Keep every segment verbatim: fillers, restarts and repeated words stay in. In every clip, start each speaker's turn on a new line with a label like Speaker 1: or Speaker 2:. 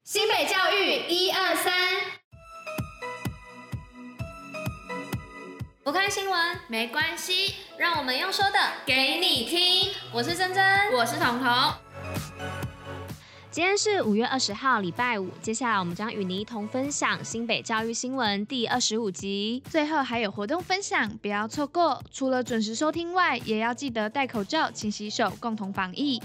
Speaker 1: 新北教育一二三，不看新闻没关系，让我们用说的给你听。我是珍珍，我是彤彤。
Speaker 2: 今天是五月二十号，礼拜五。接下来我们将与你一同分享新北教育新闻第二十五集，
Speaker 3: 最后还有活动分享，不要错过。除了准时收听外，也要记得戴口罩、勤洗手，共同防疫。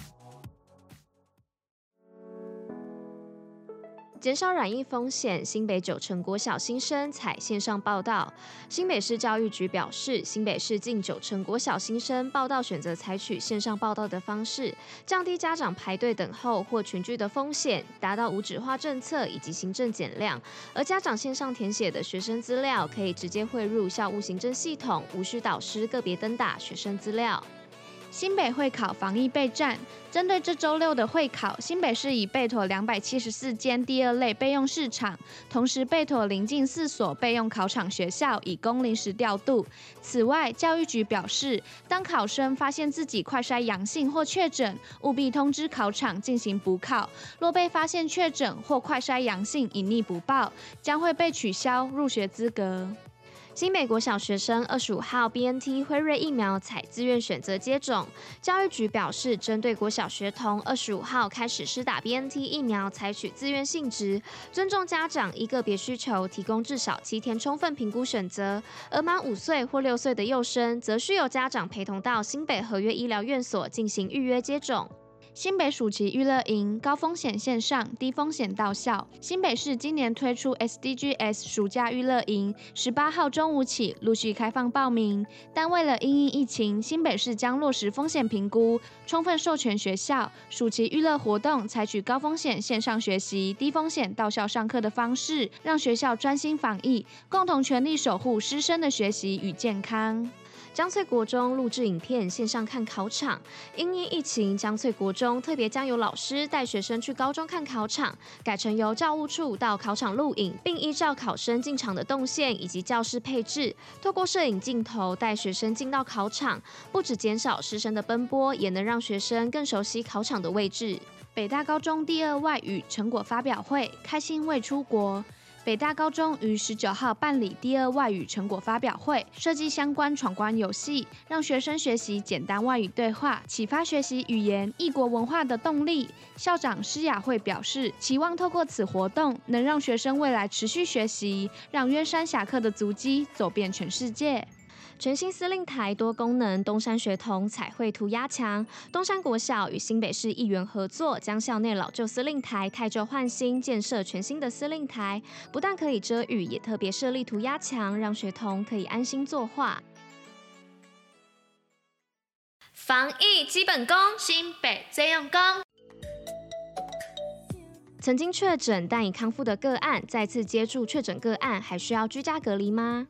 Speaker 2: 减少染疫风险，新北九成国小新生采线上报到。新北市教育局表示，新北市近九成国小新生报到选择采取线上报到的方式，降低家长排队等候或群聚的风险，达到无纸化政策以及行政减量。而家长线上填写的学生资料，可以直接汇入校务行政系统，无需导师个别登打学生资料。
Speaker 3: 新北会考防疫备战，针对这周六的会考，新北市已备妥两百七十四间第二类备用市场，同时备妥邻近四所备用考场学校，以供临时调度。此外，教育局表示，当考生发现自己快筛阳性或确诊，务必通知考场进行补考。若被发现确诊或快筛阳性隐匿不报，将会被取消入学资格。
Speaker 2: 新北国小学生二十五号 B N T 辉瑞疫苗采自愿选择接种，教育局表示，针对国小学童二十五号开始施打 B N T 疫苗，采取自愿性质，尊重家长依个别需求，提供至少七天充分评估选择。而满五岁或六岁的幼生，则需由家长陪同到新北合约医疗院所进行预约接种。
Speaker 3: 新北暑期娱乐营高风险线上，低风险到校。新北市今年推出 S D G S 暑假娱乐营，十八号中午起陆续开放报名。但为了因应疫情，新北市将落实风险评估，充分授权学校暑期娱乐活动采取高风险线上学习、低风险到校上课的方式，让学校专心防疫，共同全力守护师生的学习与健康。
Speaker 2: 江翠国中录制影片线上看考场，因应疫情，江翠国中特别将由老师带学生去高中看考场，改成由教务处到考场录影，并依照考生进场的动线以及教室配置，透过摄影镜头带学生进到考场，不只减少师生的奔波，也能让学生更熟悉考场的位置。
Speaker 3: 北大高中第二外语成果发表会，开心未出国。北大高中于十九号办理第二外语成果发表会，设计相关闯关游戏，让学生学习简单外语对话，启发学习语言、异国文化的动力。校长施雅慧表示，期望透过此活动，能让学生未来持续学习，让约山侠客的足迹走遍全世界。
Speaker 2: 全新司令台多功能东山学童彩绘涂鸦墙，东山国小与新北市议员合作，将校内老旧司令台汰旧换新，建设全新的司令台，不但可以遮雨，也特别设立涂鸦墙，让学童可以安心作画。
Speaker 1: 防疫基本功，新北最用功。
Speaker 2: 曾经确诊但已康复的个案，再次接触确诊个案，还需要居家隔离吗？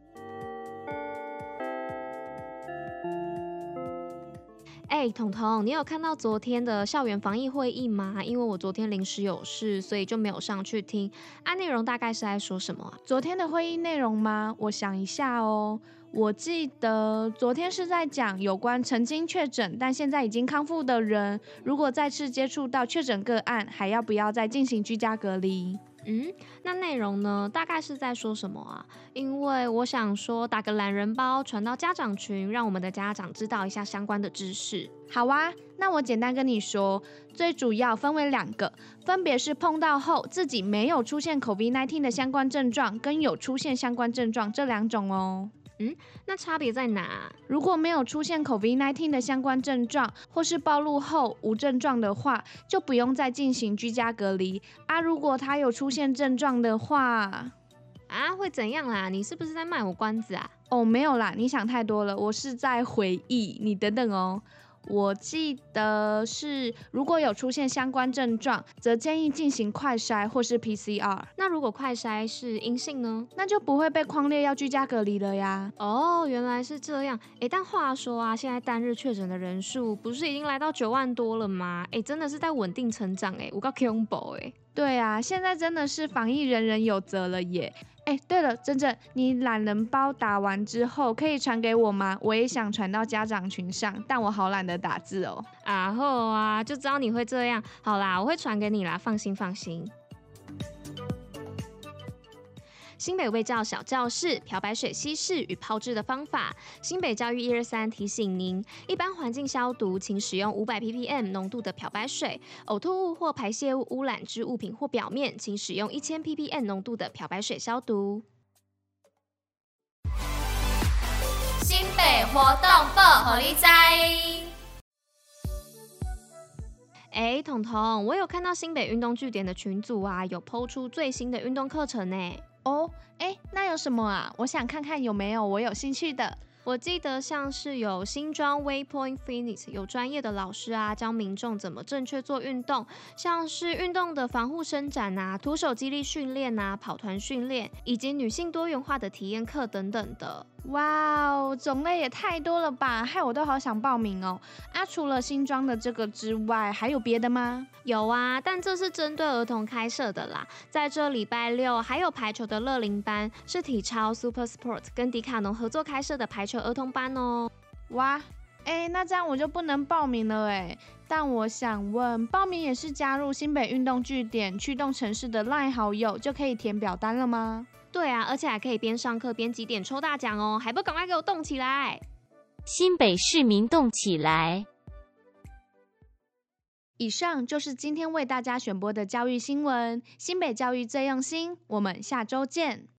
Speaker 2: 哎、欸，彤彤，你有看到昨天的校园防疫会议吗？因为我昨天临时有事，所以就没有上去听。啊，内容大概是在说什么啊？
Speaker 3: 昨天的会议内容吗？我想一下哦。我记得昨天是在讲有关曾经确诊但现在已经康复的人，如果再次接触到确诊个案，还要不要再进行居家隔离？
Speaker 2: 嗯，那内容呢？大概是在说什么啊？因为我想说，打个懒人包传到家长群，让我们的家长知道一下相关的知识。
Speaker 3: 好啊，那我简单跟你说，最主要分为两个，分别是碰到后自己没有出现 COVID 十九 的相关症状，跟有出现相关症状这两种哦。
Speaker 2: 嗯，那差别在哪？
Speaker 3: 如果没有出现 COVID 十九 的相关症状，或是暴露后无症状的话，就不用再进行居家隔离啊。如果他有出现症状的话，
Speaker 2: 啊，会怎样啦？你是不是在卖我关子啊？
Speaker 3: 哦，没有啦，你想太多了，我是在回忆。你等等哦。我记得是，如果有出现相关症状，则建议进行快筛或是 P C R。
Speaker 2: 那如果快筛是阴性呢？
Speaker 3: 那就不会被匡列要居家隔离了呀。
Speaker 2: 哦，原来是这样。哎，但话说啊，现在单日确诊的人数不是已经来到九万多了吗？哎，真的是在稳定成长哎，有够恐怖哎。
Speaker 3: 对啊，现在真的是防疫人人有责了耶。哎，对了，珍珍，你懒人包打完之后可以传给我吗？我也想传到家长群上，但我好懒得打字哦。
Speaker 2: 啊后啊，就知道你会这样。好啦，我会传给你啦，放心放心。 新北卫教小教室、漂白水稀释与泡制的方法。新北教育一二三提醒您，一般环境消毒，请使用五百 P P M 浓度的漂白水；呕吐物或排泄物污染之物品或表面，请使用一千 P P M 浓度的漂白水消毒。
Speaker 1: 新北活动报虎哩知。
Speaker 2: 哎，彤彤，我有看到新北运动据点的群组啊，有 po 出最新的运动课程呢。
Speaker 3: 哦，哎，那有什么啊？我想看看有没有我有兴趣的。
Speaker 2: 我记得像是有新庄 Waypoint Fitness 有专业的老师啊，教民众怎么正确做运动，像是运动的防护伸展啊、徒手肌力训练啊、跑团训练，以及女性多元化的体验课等等的。
Speaker 3: 哇哦，种类也太多了吧，害我都好想报名哦。啊，除了新庄的这个之外，还有别的吗？
Speaker 2: 有啊，但这是针对儿童开设的啦。在这礼拜六还有排球的乐龄班，是体超 Super Sport 跟迪卡侬合作开设的排球儿童班哦。
Speaker 3: 哇，哎，那这样我就不能报名了哎。但我想问，报名也是加入新北运动据点驱动城市的 LINE 好友就可以填表单了吗？
Speaker 2: 对啊，而且还可以边上课边集点抽大奖哦，还不赶快给我动起来！
Speaker 4: 新北市民动起来！
Speaker 3: 以上就是今天为大家选播的教育新闻，新北教育最用心，我们下周见。